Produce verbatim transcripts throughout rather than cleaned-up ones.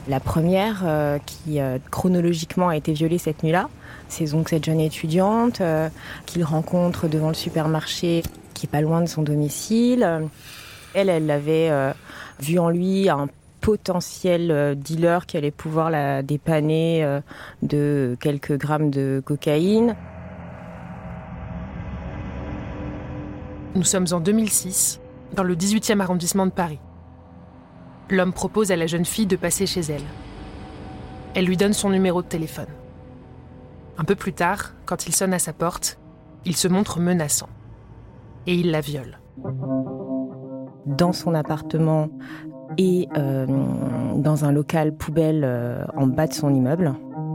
La première, euh, qui euh, chronologiquement a été violée cette nuit-là, c'est donc cette jeune étudiante euh, qu'il rencontre devant le supermarché qui est pas loin de son domicile. Elle, elle l'avait euh, vu en lui un potentiel euh, dealer qui allait pouvoir la dépanner euh, de quelques grammes de cocaïne. Nous sommes en deux mille six, dans le dix-huitième arrondissement de Paris. L'homme propose à la jeune fille de passer chez elle. Elle lui donne son numéro de téléphone. Un peu plus tard, quand il sonne à sa porte, il se montre menaçant. Et il la viole. Dans son appartement et euh, dans un local poubelle euh, en bas de son immeuble.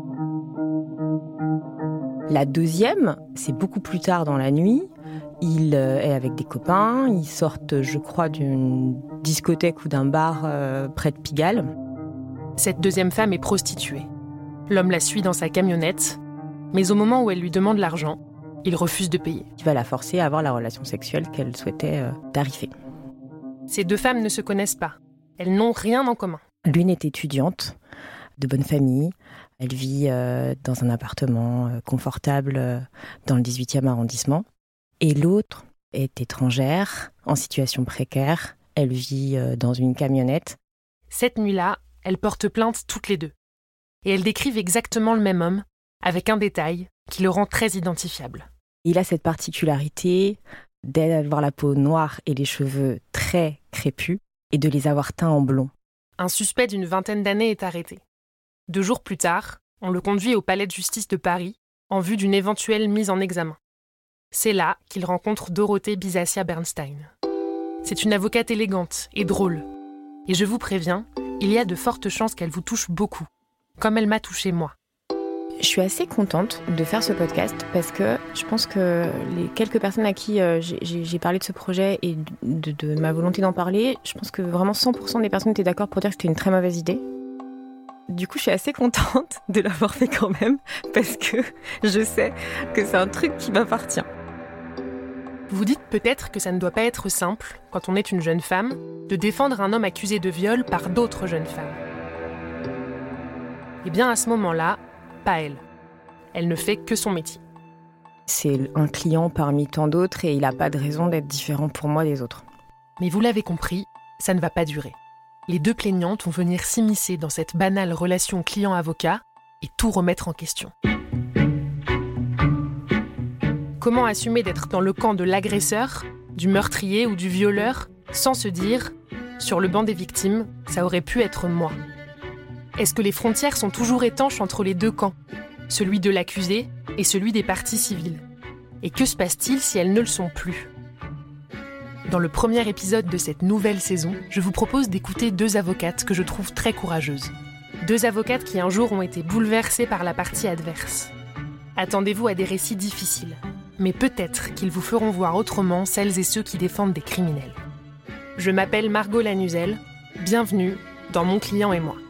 La deuxième, c'est beaucoup plus tard dans la nuit. Il euh, est avec des copains, ils sortent, je crois, d'une discothèque ou d'un bar euh, près de Pigalle. Cette deuxième femme est prostituée. L'homme la suit dans sa camionnette, mais au moment où elle lui demande l'argent, il refuse de payer. Il va la forcer à avoir la relation sexuelle qu'elle souhaitait euh, tarifer. Ces deux femmes ne se connaissent pas. Elles n'ont rien en commun. L'une est étudiante, de bonne famille. Elle vit euh, dans un appartement euh, confortable euh, dans le dix-huitième arrondissement. Et l'autre est étrangère, en situation précaire. Elle vit euh, dans une camionnette. Cette nuit-là, elles portent plainte toutes les deux. Et elles décrivent exactement le même homme, avec un détail qui le rend très identifiable. Il a cette particularité d'avoir la peau noire et les cheveux très crépus et de les avoir teints en blond. Un suspect d'une vingtaine d'années est arrêté. Deux jours plus tard, on le conduit au palais de justice de Paris en vue d'une éventuelle mise en examen. C'est là qu'il rencontre Dorothée Bizassia Bernstein. C'est une avocate élégante et drôle. Et je vous préviens, il y a de fortes chances qu'elle vous touche beaucoup, comme elle m'a touché moi. Je suis assez contente de faire ce podcast parce que je pense que les quelques personnes à qui euh, j'ai, j'ai parlé de ce projet et de, de ma volonté d'en parler, je pense que vraiment cent pour cent des personnes étaient d'accord pour dire que c'était une très mauvaise idée. Du coup, je suis assez contente de l'avoir fait quand même parce que je sais que c'est un truc qui m'appartient. Vous vous dites peut-être que ça ne doit pas être simple, quand on est une jeune femme, de défendre un homme accusé de viol par d'autres jeunes femmes. Eh bien, à ce moment-là, pas elle. Elle ne fait que son métier. C'est un client parmi tant d'autres et il n'a pas de raison d'être différent pour moi des autres. Mais vous l'avez compris, ça ne va pas durer. Les deux plaignantes vont venir s'immiscer dans cette banale relation client-avocat et tout remettre en question. Comment assumer d'être dans le camp de l'agresseur, du meurtrier ou du violeur, sans se dire « sur le banc des victimes, ça aurait pu être moi ». Est-ce que les frontières sont toujours étanches entre les deux camps, celui de l'accusé et celui des parties civiles? Et que se passe-t-il si elles ne le sont plus? Dans le premier épisode de cette nouvelle saison, je vous propose d'écouter deux avocates que je trouve très courageuses. Deux avocates qui un jour ont été bouleversées par la partie adverse. Attendez-vous à des récits difficiles, mais peut-être qu'ils vous feront voir autrement celles et ceux qui défendent des criminels. Je m'appelle Margot Lanuzel, bienvenue dans Mon client et moi.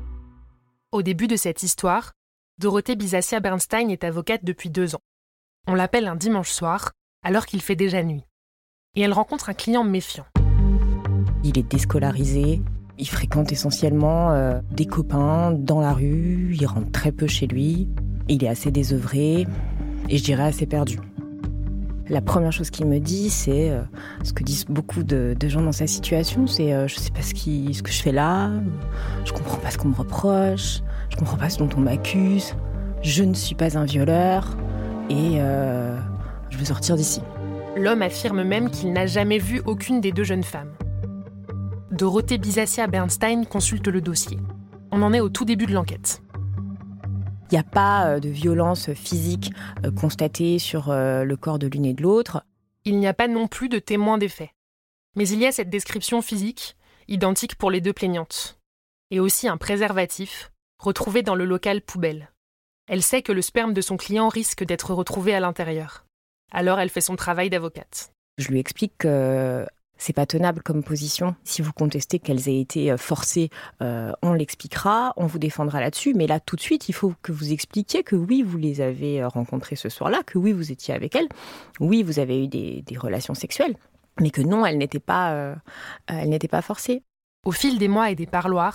Au début de cette histoire, Dorothée Bizassia Bernstein est avocate depuis deux ans. On l'appelle un dimanche soir, alors qu'il fait déjà nuit. Et elle rencontre un client méfiant. Il est déscolarisé, il fréquente essentiellement euh, des copains dans la rue, il rentre très peu chez lui, il est assez désœuvré et je dirais assez perdu. La première chose qu'il me dit, c'est euh, ce que disent beaucoup de, de gens dans sa situation, c'est euh, je sais pas ce, qui, ce que je fais là, je comprends pas ce qu'on me reproche, je comprends pas ce dont on m'accuse, je ne suis pas un violeur et euh, je veux sortir d'ici. L'homme affirme même qu'il n'a jamais vu aucune des deux jeunes femmes. Dorothée Bizassia Bernstein consulte le dossier. On en est au tout début de l'enquête. Il n'y a pas de violence physique constatée sur le corps de l'une et de l'autre. Il n'y a pas non plus de témoins des faits. Mais il y a cette description physique, identique pour les deux plaignantes. Et aussi un préservatif, retrouvé dans le local poubelle. Elle sait que le sperme de son client risque d'être retrouvé à l'intérieur. Alors elle fait son travail d'avocate. Je lui explique que c'est pas tenable comme position. Si vous contestez qu'elles aient été forcées, euh, on l'expliquera, on vous défendra là-dessus. Mais là, tout de suite, il faut que vous expliquiez que oui, vous les avez rencontrées ce soir-là, que oui, vous étiez avec elles, oui, vous avez eu des, des relations sexuelles, mais que non, elles n'étaient pas, euh, elles n'étaient pas forcées. Au fil des mois et des parloirs,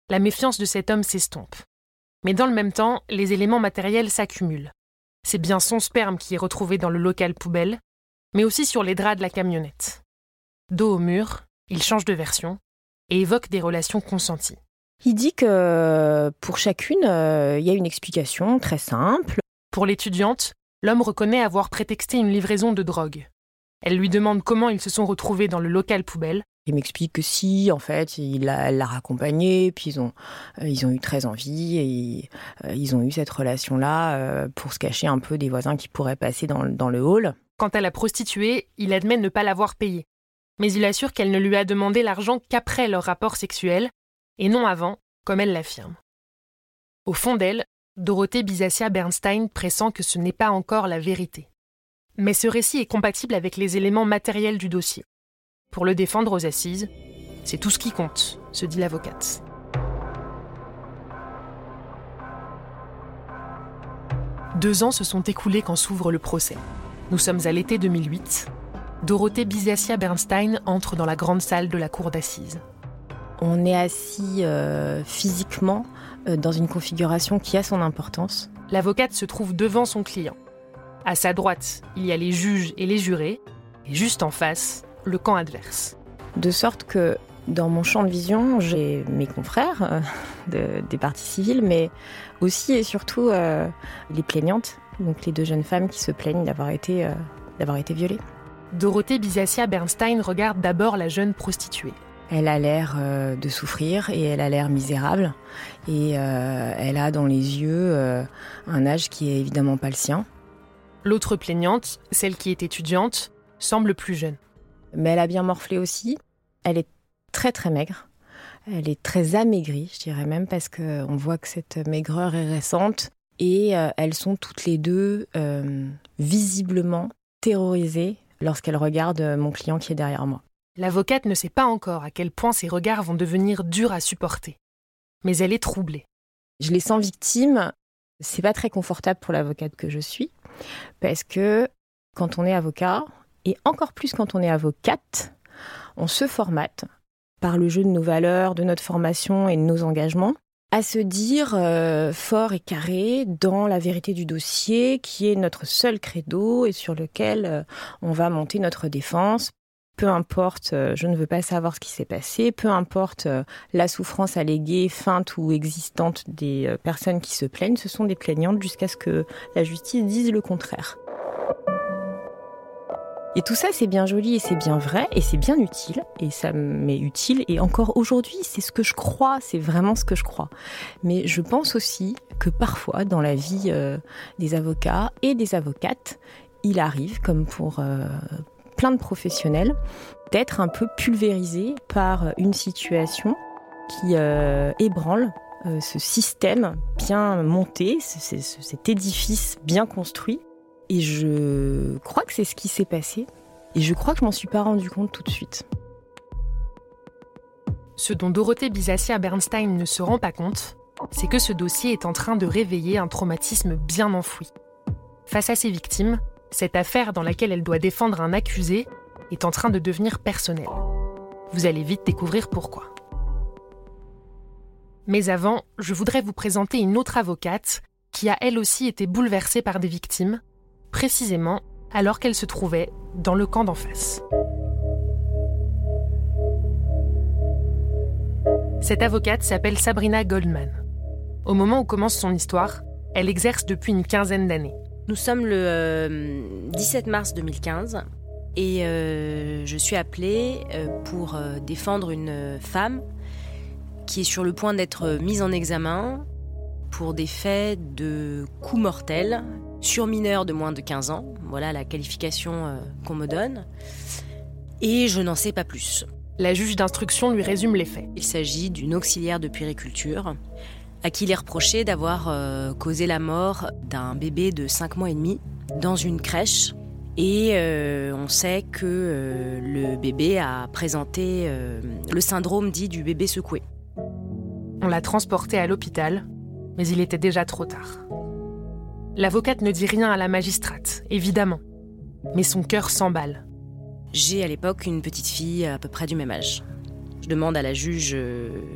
La méfiance de cet homme s'estompe. Mais dans le même temps, les éléments matériels s'accumulent. C'est bien son sperme qui est retrouvé dans le local poubelle, mais aussi sur les draps de la camionnette. Dos au mur, il change de version et évoque des relations consenties. Il dit que pour chacune, il euh, y a une explication très simple. Pour l'étudiante, l'homme reconnaît avoir prétexté une livraison de drogue. Elle lui demande comment ils se sont retrouvés dans le local poubelle. Il m'explique que si, en fait, il l'a, elle l'a raccompagné, puis ils ont, euh, ils ont eu très envie, et euh, ils ont eu cette relation-là euh, pour se cacher un peu des voisins qui pourraient passer dans, dans le hall. Quant à la prostituée, il admet ne pas l'avoir payée. Mais il assure qu'elle ne lui a demandé l'argent qu'après leur rapport sexuel, et non avant, comme elle l'affirme. Au fond d'elle, Dorothée Byzaccia Bernstein pressent que ce n'est pas encore la vérité. Mais ce récit est compatible avec les éléments matériels du dossier. Pour le défendre aux assises, c'est tout ce qui compte, se dit l'avocate. Deux ans se sont écoulés quand s'ouvre le procès. Nous sommes à l'été deux mille huit. Dorothée Byzaccia Bernstein entre dans la grande salle de la cour d'assises. On est assis euh, physiquement euh, dans une configuration qui a son importance. L'avocate se trouve devant son client. À sa droite, il y a les juges et les jurés, et juste en face, le camp adverse. De sorte que dans mon champ de vision, j'ai mes confrères euh, de, des parties civiles, mais aussi et surtout euh, les plaignantes, donc les deux jeunes femmes qui se plaignent d'avoir été, euh, d'avoir été violées. Dorothée Byzaccia Bernstein regarde d'abord la jeune prostituée. Elle a l'air euh, de souffrir et elle a l'air misérable. Et euh, elle a dans les yeux euh, un âge qui est évidemment pas le sien. L'autre plaignante, celle qui est étudiante, semble plus jeune. Mais elle a bien morflé aussi. Elle est très très maigre. Elle est très amaigrie, je dirais même, parce qu'on voit que cette maigreur est récente. Et euh, elles sont toutes les deux euh, visiblement terrorisées lorsqu'elles regardent mon client qui est derrière moi. L'avocate ne sait pas encore à quel point ses regards vont devenir durs à supporter. Mais elle est troublée. Je les sens victimes. C'est pas très confortable pour l'avocate que je suis. Parce que quand on est avocat, et encore plus quand on est avocate, on se formate par le jeu de nos valeurs, de notre formation et de nos engagements, à se dire euh, fort et carré dans la vérité du dossier, qui est notre seul credo et sur lequel euh, on va monter notre défense. Peu importe, euh, je ne veux pas savoir ce qui s'est passé, peu importe euh, la souffrance alléguée, feinte ou existante des euh, personnes qui se plaignent, ce sont des plaignantes jusqu'à ce que la justice dise le contraire. Et tout ça, c'est bien joli et c'est bien vrai et c'est bien utile. Et ça m'est utile. Et encore aujourd'hui, c'est ce que je crois, c'est vraiment ce que je crois. Mais je pense aussi que parfois, dans la vie euh, des avocats et des avocates, il arrive, comme pour euh, plein de professionnels, d'être un peu pulvérisé par une situation qui euh, ébranle euh, ce système bien monté, c- c- cet édifice bien construit. Et je crois que c'est ce qui s'est passé. Et je crois que je m'en suis pas rendu compte tout de suite. Ce dont Dorothée Byzaccia Bernstein ne se rend pas compte, c'est que ce dossier est en train de réveiller un traumatisme bien enfoui. Face à ses victimes, cette affaire dans laquelle elle doit défendre un accusé est en train de devenir personnelle. Vous allez vite découvrir pourquoi. Mais avant, je voudrais vous présenter une autre avocate qui a elle aussi été bouleversée par des victimes, précisément alors qu'elle se trouvait dans le camp d'en face. Cette avocate s'appelle Sabrina Goldman. Au moment où commence son histoire, elle exerce depuis une quinzaine d'années. Nous sommes le euh, dix-sept mars deux mille quinze et euh, je suis appelée euh, pour euh, défendre une femme qui est sur le point d'être mise en examen pour des faits de coups mortels sur mineurs de moins de quinze ans. Voilà la qualification euh, qu'on me donne. Et je n'en sais pas plus. La juge d'instruction lui résume les faits. Il s'agit d'une auxiliaire de puériculture à qui il est reproché d'avoir euh, causé la mort d'un bébé de cinq mois et demi dans une crèche. Et euh, on sait que euh, le bébé a présenté euh, le syndrome dit du bébé secoué. On l'a transporté à l'hôpital, mais il était déjà trop tard. L'avocate ne dit rien à la magistrate, évidemment, mais son cœur s'emballe. J'ai à l'époque une petite fille à peu près du même âge. Je demande à la juge euh,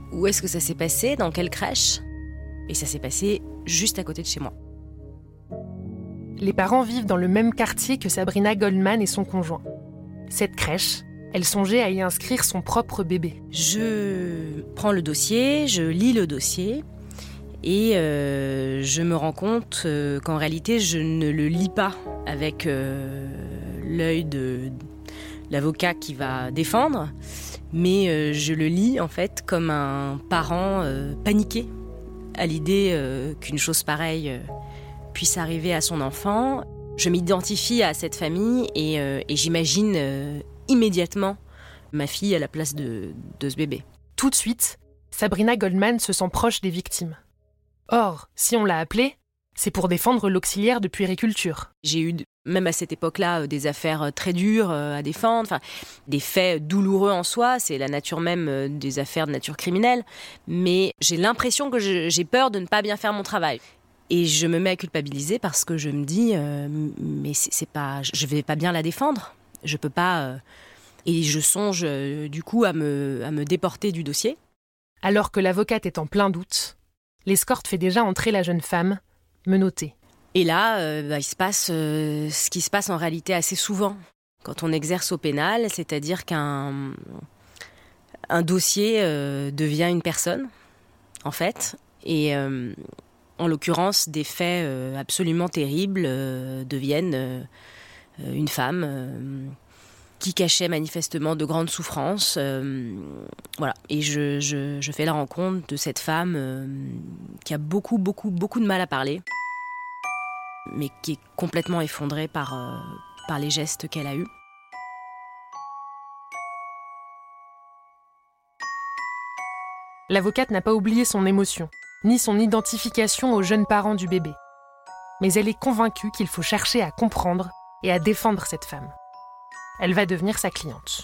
où est-ce que ça s'est passé, dans quelle crèche. Et ça s'est passé juste à côté de chez moi. Les parents vivent dans le même quartier que Sabrina Goldman et son conjoint. Cette crèche, elle songeait à y inscrire son propre bébé. Je prends le dossier, je lis le dossier et euh, je me rends compte euh, qu'en réalité, je ne le lis pas avec euh, l'œil de l'avocat qui va défendre, mais euh, je le lis en fait comme un parent euh, paniqué à l'idée euh, qu'une chose pareille euh, puisse arriver à son enfant. Je m'identifie à cette famille et, euh, et j'imagine euh, immédiatement ma fille à la place de, de ce bébé. Tout de suite, Sabrina Goldman se sent proche des victimes. Or, si on l'a appelée, c'est pour défendre l'auxiliaire de puériculture. J'ai eu, même à cette époque-là, des affaires très dures à défendre, enfin, des faits douloureux en soi, c'est la nature même des affaires de nature criminelle, mais j'ai l'impression que je, j'ai peur de ne pas bien faire mon travail. Et je me mets à culpabiliser parce que je me dis, euh, mais c'est, c'est pas, je vais pas bien la défendre, je peux pas... Euh, et je songe euh, du coup à me, à me déporter du dossier. Alors que l'avocate est en plein doute, l'escorte fait déjà entrer la jeune femme, menottée. Et là, euh, bah, il se passe euh, ce qui se passe en réalité assez souvent quand on exerce au pénal, c'est-à-dire qu'un un dossier euh, devient une personne, en fait, et euh, en l'occurrence, des faits euh, absolument terribles euh, deviennent euh, une femme euh, qui cachait manifestement de grandes souffrances. Euh, voilà. Et je, je, je fais la rencontre de cette femme euh, qui a beaucoup, beaucoup, beaucoup de mal à parler, mais qui est complètement effondrée par, euh, par les gestes qu'elle a eus. L'avocate n'a pas oublié son émotion, ni son identification aux jeunes parents du bébé. Mais elle est convaincue qu'il faut chercher à comprendre et à défendre cette femme. Elle va devenir sa cliente.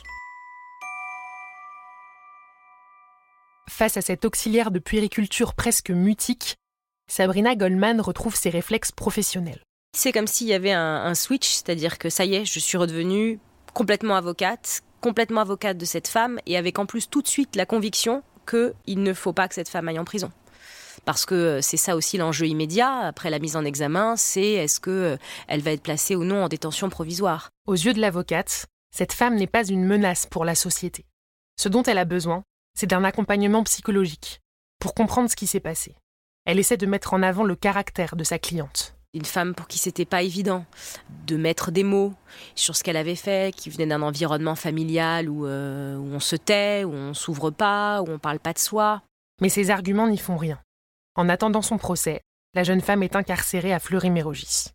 Face à cet auxiliaire de puériculture presque mutique, Sabrina Goldman retrouve ses réflexes professionnels. C'est comme s'il y avait un, un switch, c'est-à-dire que ça y est, je suis redevenue complètement avocate, complètement avocate de cette femme, et avec en plus tout de suite la conviction qu'il ne faut pas que cette femme aille en prison. Parce que c'est ça aussi l'enjeu immédiat, après la mise en examen, c'est est-ce qu'elle va être placée ou non en détention provisoire. Aux yeux de l'avocate, cette femme n'est pas une menace pour la société. Ce dont elle a besoin, c'est d'un accompagnement psychologique, pour comprendre ce qui s'est passé. Elle essaie de mettre en avant le caractère de sa cliente. Une femme pour qui c'était pas évident de mettre des mots sur ce qu'elle avait fait, qui venait d'un environnement familial où, euh, où on se tait, où on s'ouvre pas, où on parle pas de soi. Mais ces arguments n'y font rien. En attendant son procès, la jeune femme est incarcérée à Fleury-Mérogis.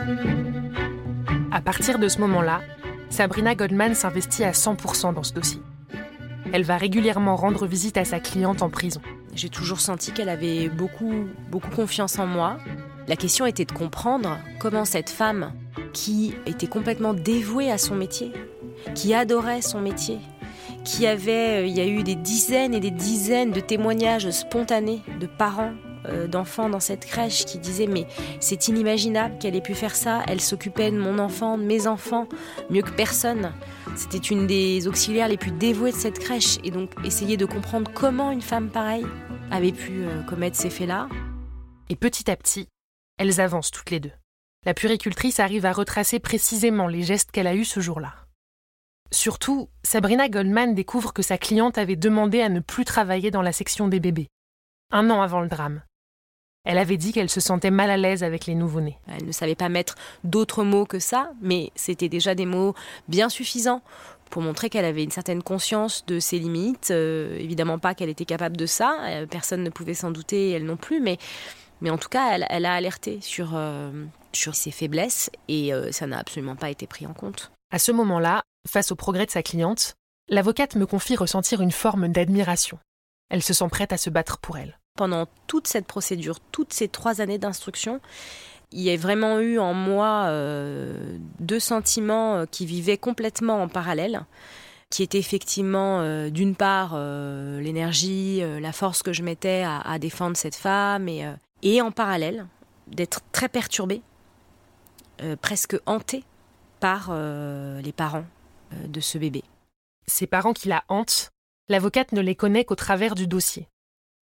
À partir de ce moment-là, Sabrina Goldman s'investit à cent pour cent dans ce dossier. Elle va régulièrement rendre visite à sa cliente en prison. J'ai toujours senti qu'elle avait beaucoup, beaucoup confiance en moi. La question était de comprendre comment cette femme, qui était complètement dévouée à son métier, qui adorait son métier, qui avait, il y a eu des dizaines et des dizaines de témoignages spontanés de parents, euh, d'enfants dans cette crèche qui disaient mais c'est inimaginable qu'elle ait pu faire ça, elle s'occupait de mon enfant, de mes enfants, mieux que personne. C'était une des auxiliaires les plus dévouées de cette crèche et donc essayer de comprendre comment une femme pareille avait pu euh, commettre ces faits-là. Et petit à petit, elles avancent toutes les deux. La puéricultrice arrive à retracer précisément les gestes qu'elle a eus ce jour-là. Surtout, Sabrina Goldman découvre que sa cliente avait demandé à ne plus travailler dans la section des bébés, un an avant le drame. Elle avait dit qu'elle se sentait mal à l'aise avec les nouveau-nés. Elle ne savait pas mettre d'autres mots que ça, mais c'était déjà des mots bien suffisants pour montrer qu'elle avait une certaine conscience de ses limites. Euh, évidemment pas qu'elle était capable de ça, euh, personne ne pouvait s'en douter, elle non plus, mais, mais en tout cas, elle, elle a alerté sur, euh, sur ses faiblesses et euh, ça n'a absolument pas été pris en compte. À ce moment-là, face au progrès de sa cliente, l'avocate me confie ressentir une forme d'admiration. Elle se sent prête à se battre pour elle. Pendant toute cette procédure, toutes ces trois années d'instruction, il y a vraiment eu en moi euh, deux sentiments qui vivaient complètement en parallèle, qui étaient effectivement, euh, d'une part, euh, l'énergie, euh, la force que je mettais à, à défendre cette femme, et, euh, et en parallèle, d'être très perturbée, euh, presque hantée par euh, les parents euh, de ce bébé. Ces parents qui la hantent, l'avocate ne les connaît qu'au travers du dossier.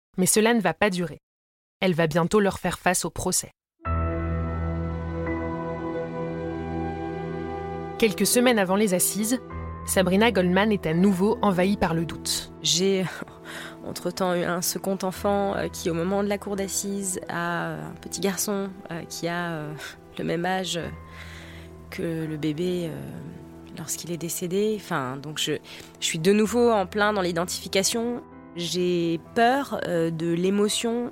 Mais cela ne va pas durer. Elle va bientôt leur faire face au procès. Quelques semaines avant les assises, Sabrina Goldman est à nouveau envahie par le doute. J'ai entre-temps eu un second enfant qui, au moment de la cour d'assises, a un petit garçon qui a le même âge que le bébé lorsqu'il est décédé. Enfin, donc je, je suis de nouveau en plein dans l'identification. J'ai peur de l'émotion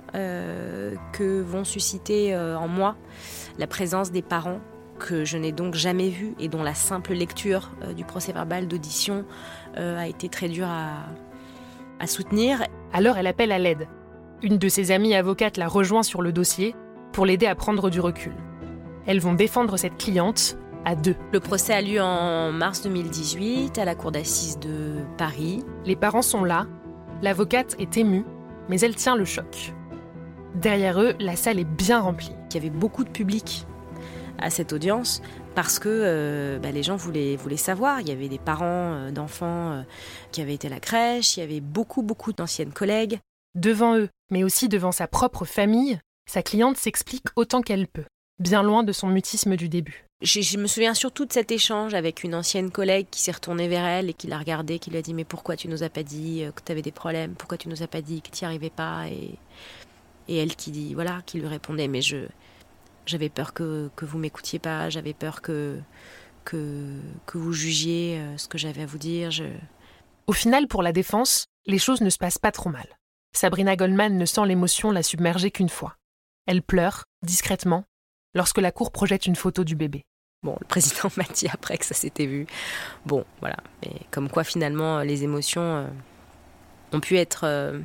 que vont susciter en moi la présence des parents que je n'ai donc jamais vu et dont la simple lecture euh, du procès-verbal d'audition euh, a été très dure à, à soutenir. Alors elle appelle à l'aide. Une de ses amies avocates la rejoint sur le dossier pour l'aider à prendre du recul. Elles vont défendre cette cliente à deux. Le procès a lieu en mars deux mille dix-huit à la cour d'assises de Paris. Les parents sont là, l'avocate est émue, mais elle tient le choc. Derrière eux, la salle est bien remplie. Il y avait beaucoup de public à cette audience parce que euh, bah, les gens voulaient, voulaient savoir. Il y avait des parents euh, d'enfants euh, qui avaient été à la crèche, il y avait beaucoup, beaucoup d'anciennes collègues. Devant eux, mais aussi devant sa propre famille, sa cliente s'explique autant qu'elle peut, bien loin de son mutisme du début. Je, je me souviens surtout de cet échange avec une ancienne collègue qui s'est retournée vers elle et qui l'a regardée, qui lui a dit « Mais pourquoi tu nous as pas dit que tu avais des problèmes ? Pourquoi tu nous as pas dit que tu n'y arrivais pas ?» et, et elle qui dit, voilà, qui lui répondait « Mais je... » J'avais peur que, que vous ne m'écoutiez pas, j'avais peur que, que, que vous jugiez ce que j'avais à vous dire. Je... Au final, pour la défense, les choses ne se passent pas trop mal. Sabrina Goldman ne sent l'émotion la submerger qu'une fois. Elle pleure, discrètement, lorsque la cour projette une photo du bébé. Bon, le président m'a dit après que ça s'était vu. Bon, voilà. Mais comme quoi, finalement, les émotions euh, ont pu être euh,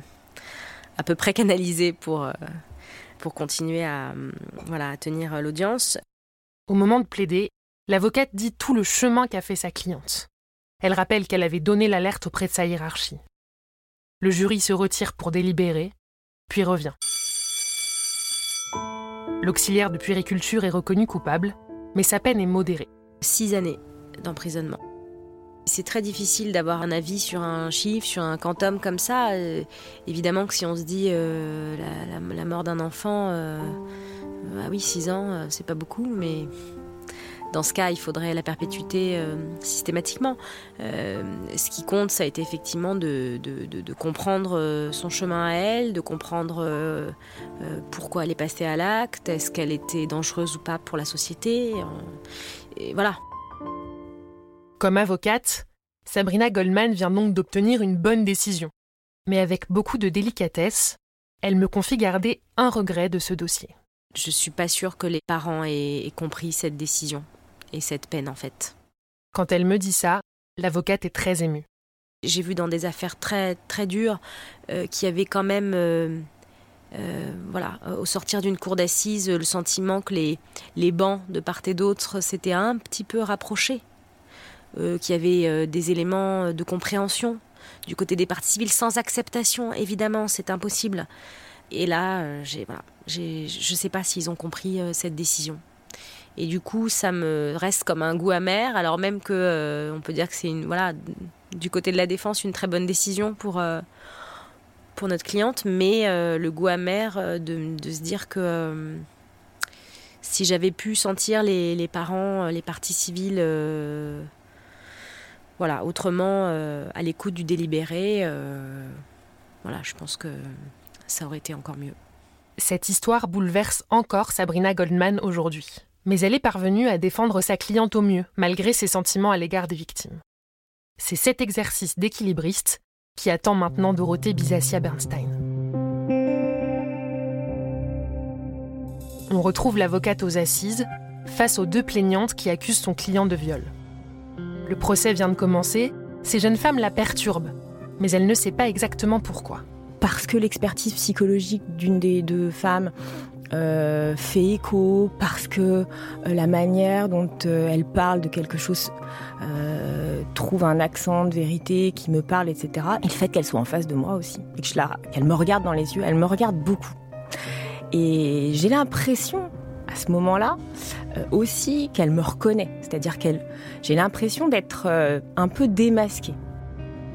à peu près canalisées pour... Euh, pour continuer à, voilà, à tenir l'audience. Au moment de plaider, l'avocate dit tout le chemin qu'a fait sa cliente. Elle rappelle qu'elle avait donné l'alerte auprès de sa hiérarchie. Le jury se retire pour délibérer, puis revient. L'auxiliaire de puériculture est reconnu coupable, mais sa peine est modérée. Six années d'emprisonnement. C'est très difficile d'avoir un avis sur un chiffre, sur un quantum comme ça. Euh, évidemment que si on se dit euh, la, la, la mort d'un enfant, euh, ah oui, six ans, euh, c'est pas beaucoup, mais dans ce cas, il faudrait la perpétuité euh, systématiquement. Euh, ce qui compte, ça a été effectivement de, de, de, de comprendre son chemin à elle, de comprendre euh, euh, pourquoi elle est passée à l'acte, est-ce qu'elle était dangereuse ou pas pour la société. Et voilà. Comme avocate, Sabrina Goldman vient donc d'obtenir une bonne décision. Mais avec beaucoup de délicatesse, elle me confie garder un regret de ce dossier. Je ne suis pas sûre que les parents aient, aient compris cette décision et cette peine, en fait. Quand elle me dit ça, l'avocate est très émue. J'ai vu dans des affaires très, très dures euh, qu'il y avait quand même, euh, euh, voilà, au sortir d'une cour d'assises, le sentiment que les, les bancs de part et d'autre s'étaient un petit peu rapprochés. Euh, qu'il y avait euh, des éléments de compréhension du côté des parties civiles, sans acceptation, évidemment, c'est impossible. Et là, euh, j'ai, voilà, j'ai, je ne sais pas s'ils ont compris euh, cette décision. Et du coup, ça me reste comme un goût amer, alors même que euh, on peut dire que c'est une, voilà, du côté de la défense, une très bonne décision pour, euh, pour notre cliente, mais euh, le goût amer euh, de, de se dire que euh, si j'avais pu sentir les, les parents, les parties civiles, euh, voilà, autrement, euh, à l'écoute du délibéré, euh, voilà, je pense que ça aurait été encore mieux. Cette histoire bouleverse encore Sabrina Goldman aujourd'hui. Mais elle est parvenue à défendre sa cliente au mieux, malgré ses sentiments à l'égard des victimes. C'est cet exercice d'équilibriste qui attend maintenant Dorothée Bizassia-Bernstein. On retrouve l'avocate aux assises, face aux deux plaignantes qui accusent son client de viol. Le procès vient de commencer, ces jeunes femmes la perturbent, mais elle ne sait pas exactement pourquoi. Parce que l'expertise psychologique d'une des deux femmes euh, fait écho, parce que euh, la manière dont euh, elle parle de quelque chose euh, trouve un accent de vérité qui me parle, et cetera. Et le fait qu'elle soit en face de moi aussi, et que je la, qu'elle me regarde dans les yeux, elle me regarde beaucoup. Et j'ai l'impression, à ce moment-là, euh, aussi qu'elle me reconnaît. C'est-à-dire qu'elle, j'ai l'impression d'être euh, un peu démasquée.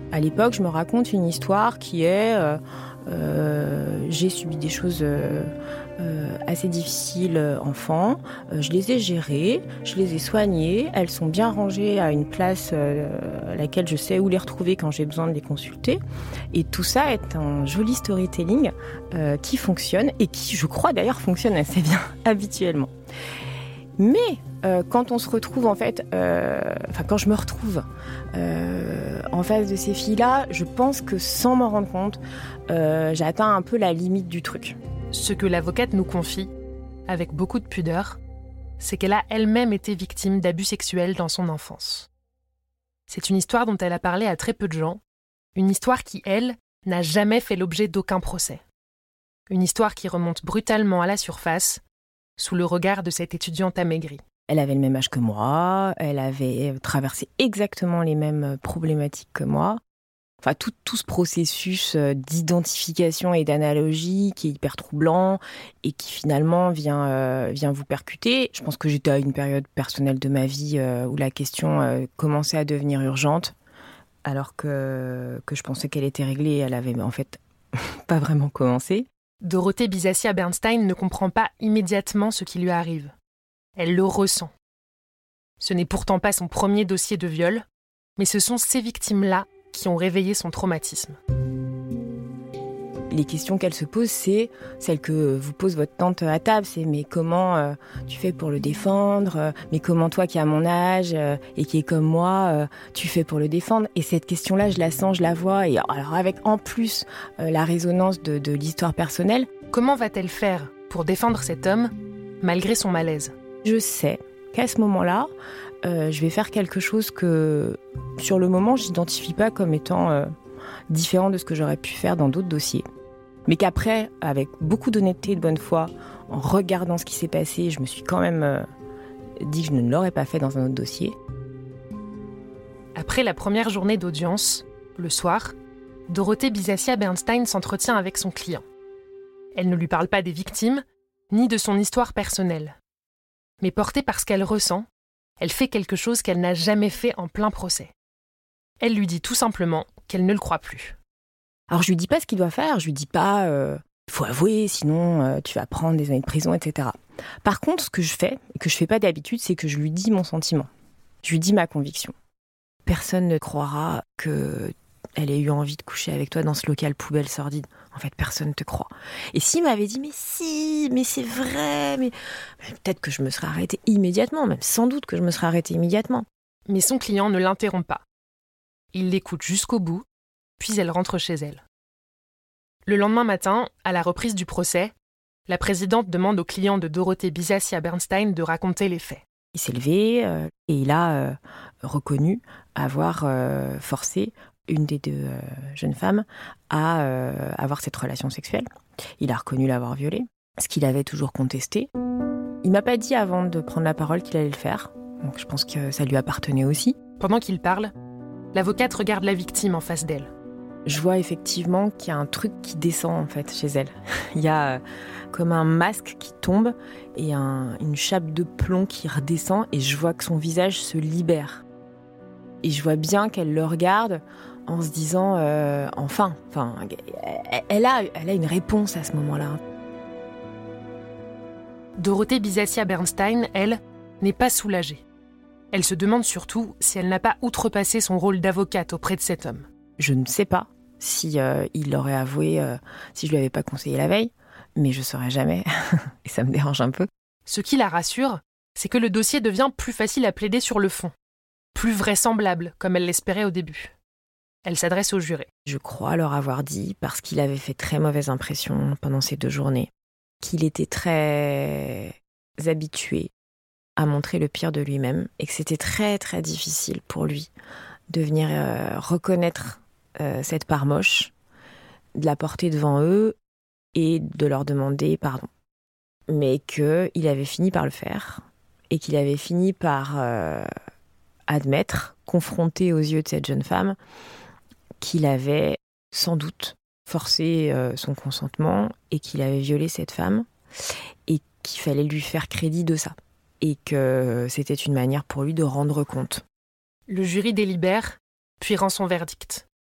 À l'époque, je me raconte une histoire qui est euh, euh, j'ai subi des choses euh, euh, assez difficiles euh, enfant, euh, je les ai gérées, je les ai soignées, elles sont bien rangées à une place euh, à laquelle je sais où les retrouver quand j'ai besoin de les consulter. Et tout ça est un joli storytelling euh, qui fonctionne et qui, je crois d'ailleurs, fonctionne assez bien habituellement. Mais euh, quand on se retrouve en fait, euh, enfin quand je me retrouve euh, en face de ces filles-là, je pense que sans m'en rendre compte, euh, j'ai atteint un peu la limite du truc. Ce que l'avocate nous confie, avec beaucoup de pudeur, c'est qu'elle a elle-même été victime d'abus sexuels dans son enfance. C'est une histoire dont elle a parlé à très peu de gens, une histoire qui, elle, n'a jamais fait l'objet d'aucun procès. Une histoire qui remonte brutalement à la surface, sous le regard de cette étudiante amaigrie. Elle avait le même âge que moi, elle avait traversé exactement les mêmes problématiques que moi. Enfin, tout, tout ce processus d'identification et d'analogie qui est hyper troublant et qui finalement vient, euh, vient vous percuter. Je pense que j'étais à une période personnelle de ma vie euh, où la question euh, commençait à devenir urgente, alors que, que je pensais qu'elle était réglée et elle avait en fait pas vraiment commencé. Dorothée Bizassia-Bernstein ne comprend pas immédiatement ce qui lui arrive. Elle le ressent. Ce n'est pourtant pas son premier dossier de viol, mais ce sont ces victimes-là qui ont réveillé son traumatisme. Les questions qu'elle se pose, c'est celles que vous pose votre tante à table. C'est mais comment euh, tu fais pour le défendre euh, Mais comment toi qui as mon âge euh, et qui est comme moi, euh, tu fais pour le défendre? Et cette question-là, je la sens, je la vois. Et alors avec en plus euh, la résonance de, de l'histoire personnelle. Comment va-t-elle faire pour défendre cet homme, malgré son malaise? Je sais qu'à ce moment-là, euh, je vais faire quelque chose que, sur le moment, je n'identifie pas comme étant euh, différent de ce que j'aurais pu faire dans d'autres dossiers. Mais qu'après, avec beaucoup d'honnêteté et de bonne foi, en regardant ce qui s'est passé, je me suis quand même euh, dit que je ne l'aurais pas fait dans un autre dossier. Après la première journée d'audience, le soir, Dorothée Bizassia-Bernstein s'entretient avec son client. Elle ne lui parle pas des victimes, ni de son histoire personnelle. Mais portée par ce qu'elle ressent, elle fait quelque chose qu'elle n'a jamais fait en plein procès. Elle lui dit tout simplement qu'elle ne le croit plus. Alors je lui dis pas ce qu'il doit faire, je lui dis pas euh, faut avouer, sinon euh, tu vas prendre des années de prison, et cetera. Par contre, ce que je fais, et que je fais pas d'habitude, c'est que je lui dis mon sentiment. Je lui dis ma conviction. Personne ne croira que elle ait eu envie de coucher avec toi dans ce local poubelle sordide. En fait, personne ne te croit. Et s'il m'avait dit, mais si, mais c'est vrai, mais... mais peut-être que je me serais arrêtée immédiatement, même sans doute que je me serais arrêtée immédiatement. Mais son client ne l'interrompt pas. Il l'écoute jusqu'au bout, puis elle rentre chez elle. Le lendemain matin, à la reprise du procès, la présidente demande au client de Dorothée Bizassia-Bernstein de raconter les faits. Il s'est levé euh, et il a euh, reconnu avoir euh, forcé une des deux euh, jeunes femmes à euh, avoir cette relation sexuelle. Il a reconnu l'avoir violée, ce qu'il avait toujours contesté. Il m'a pas dit avant de prendre la parole qu'il allait le faire, donc je pense que ça lui appartenait aussi. Pendant qu'il parle, l'avocate regarde la victime en face d'elle. Je vois effectivement qu'il y a un truc qui descend en fait chez elle. Il y a euh, comme un masque qui tombe et un, une chape de plomb qui redescend et je vois que son visage se libère. Et je vois bien qu'elle le regarde en se disant euh, enfin, enfin, elle a, elle a une réponse à ce moment-là. Dorothée Bizassia-Bernstein, elle, n'est pas soulagée. Elle se demande surtout si elle n'a pas outrepassé son rôle d'avocate auprès de cet homme. Je ne sais pas si euh, il l'aurait avoué, euh, si je lui avais pas conseillé la veille, mais je saurais jamais, et ça me dérange un peu. Ce qui la rassure, c'est que le dossier devient plus facile à plaider sur le fond, plus vraisemblable, comme elle l'espérait au début. Elle s'adresse au juré. Je crois leur avoir dit, parce qu'il avait fait très mauvaise impression pendant ces deux journées, qu'il était très habitué à montrer le pire de lui-même, et que c'était très très difficile pour lui de venir euh, reconnaître euh, cette part moche, de la porter devant eux et de leur demander pardon. Mais qu'il avait fini par le faire et qu'il avait fini par euh, admettre, confronté aux yeux de cette jeune femme, qu'il avait sans doute forcé euh, son consentement et qu'il avait violé cette femme et qu'il fallait lui faire crédit de ça et que c'était une manière pour lui de rendre compte. Le jury délibère, puis rend son verdict.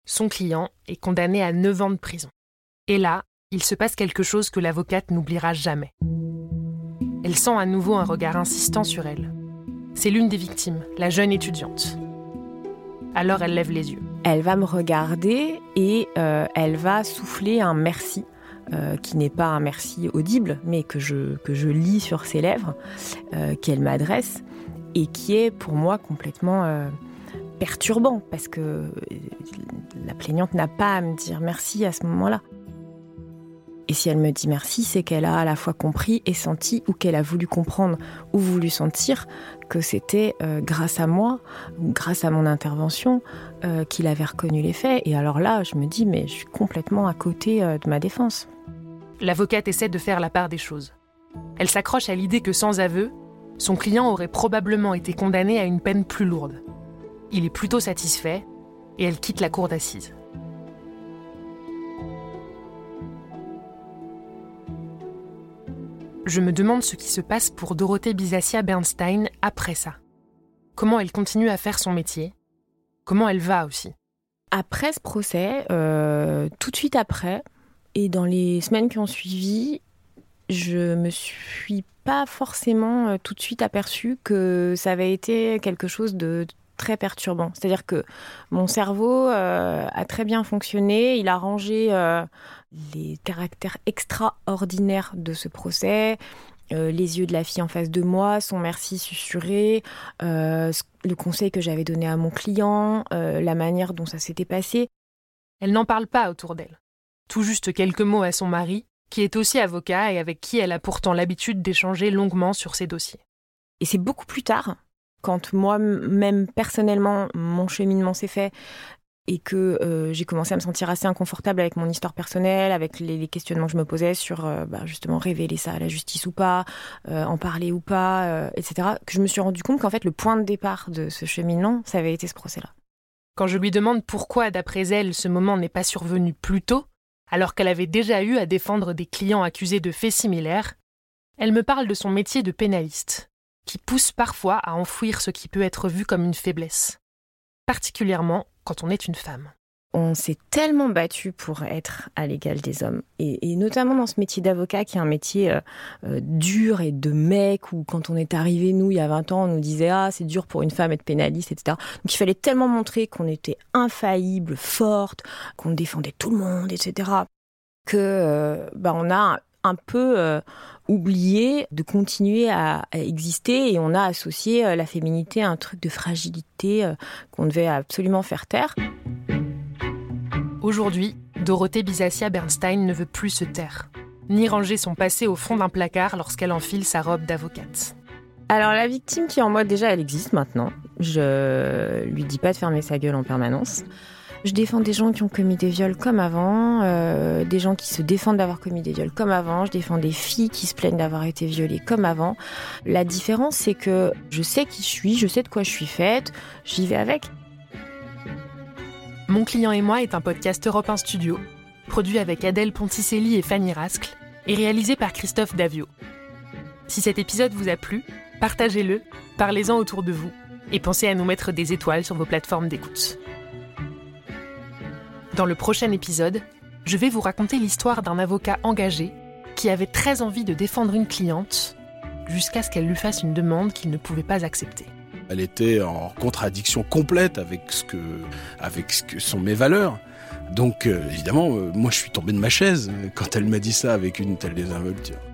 son client est condamné à neuf ans de prison. Et là, il se passe quelque chose que l'avocate n'oubliera jamais. Elle sent à nouveau un regard insistant sur elle. C'est l'une des victimes, la jeune étudiante. Alors elle lève les yeux. Elle va me regarder et euh, elle va souffler un merci, euh, qui n'est pas un merci audible, mais que je, que je lis sur ses lèvres, euh, qu'elle m'adresse, et qui est pour moi complètement euh, perturbant, parce que la plaignante n'a pas à me dire merci à ce moment-là. Et si elle me dit merci, c'est qu'elle a à la fois compris et senti, ou qu'elle a voulu comprendre ou voulu sentir que c'était euh, grâce à moi, ou grâce à mon intervention, euh, qu'il avait reconnu les faits. Et alors là, je me dis, mais je suis complètement à côté euh, de ma défense. L'avocate essaie de faire la part des choses. Elle s'accroche à l'idée que sans aveu, son client aurait probablement été condamné à une peine plus lourde. Il est plutôt satisfait et elle quitte la cour d'assises. Je me demande ce qui se passe pour Dorothée Bizassia Bernstein après ça. Comment elle continue à faire son métier ? Comment elle va aussi ? Après ce procès, euh, tout de suite après, et dans les semaines qui ont suivi, je me suis pas forcément euh, tout de suite aperçue que ça avait été quelque chose de très perturbant. C'est-à-dire que mon cerveau euh, a très bien fonctionné, il a rangé euh, les caractères extraordinaires de ce procès, euh, les yeux de la fille en face de moi, son merci susurré, euh, le conseil que j'avais donné à mon client, euh, la manière dont ça s'était passé. Elle n'en parle pas autour d'elle. Tout juste quelques mots à son mari, qui est aussi avocat et avec qui elle a pourtant l'habitude d'échanger longuement sur ses dossiers. Et c'est beaucoup plus tard, quand moi-même, personnellement, mon cheminement s'est fait et que euh, j'ai commencé à me sentir assez inconfortable avec mon histoire personnelle, avec les, les questionnements que je me posais sur, euh, bah, justement, révéler ça à la justice ou pas, euh, en parler ou pas, euh, et cetera, que je me suis rendu compte qu'en fait, le point de départ de ce cheminement, ça avait été ce procès-là. Quand je lui demande pourquoi, d'après elle, ce moment n'est pas survenu plus tôt, alors qu'elle avait déjà eu à défendre des clients accusés de faits similaires, elle me parle de son métier de pénaliste, qui pousse parfois à enfouir ce qui peut être vu comme une faiblesse, particulièrement quand on est une femme. On s'est tellement battu pour être à l'égal des hommes, et, et notamment dans ce métier d'avocat qui est un métier euh, euh, dur et de mec, où quand on est arrivé, nous, il y a vingt ans, on nous disait « Ah, c'est dur pour une femme être pénaliste, et cetera » Donc il fallait tellement montrer qu'on était infaillible, forte, qu'on défendait tout le monde, et cetera, que euh, bah, on a un peu euh, oublié de continuer à, à exister, et on a associé euh, la féminité à un truc de fragilité euh, qu'on devait absolument faire taire. Aujourd'hui, Dorothée Bizassia Bernstein ne veut plus se taire, ni ranger son passé au fond d'un placard lorsqu'elle enfile sa robe d'avocate. Alors la victime qui est en mode, déjà, elle existe maintenant. Je lui dis pas de fermer sa gueule en permanence. Je défends des gens qui ont commis des viols comme avant, euh, des gens qui se défendent d'avoir commis des viols comme avant. Je défends des filles qui se plaignent d'avoir été violées comme avant. La différence, c'est que je sais qui je suis, je sais de quoi je suis faite, j'y vais avec. Mon client et moi est un podcast Europe un Studio, produit avec Adèle Ponticelli et Fanny Rascle, et réalisé par Christophe Davio. Si cet épisode vous a plu, partagez-le, parlez-en autour de vous, et pensez à nous mettre des étoiles sur vos plateformes d'écoute. Dans le prochain épisode, je vais vous raconter l'histoire d'un avocat engagé qui avait très envie de défendre une cliente jusqu'à ce qu'elle lui fasse une demande qu'il ne pouvait pas accepter. Elle était en contradiction complète avec ce que, avec ce que sont mes valeurs. Donc, euh, évidemment, euh, moi, je suis tombé de ma chaise quand elle m'a dit ça avec une telle désinvolture.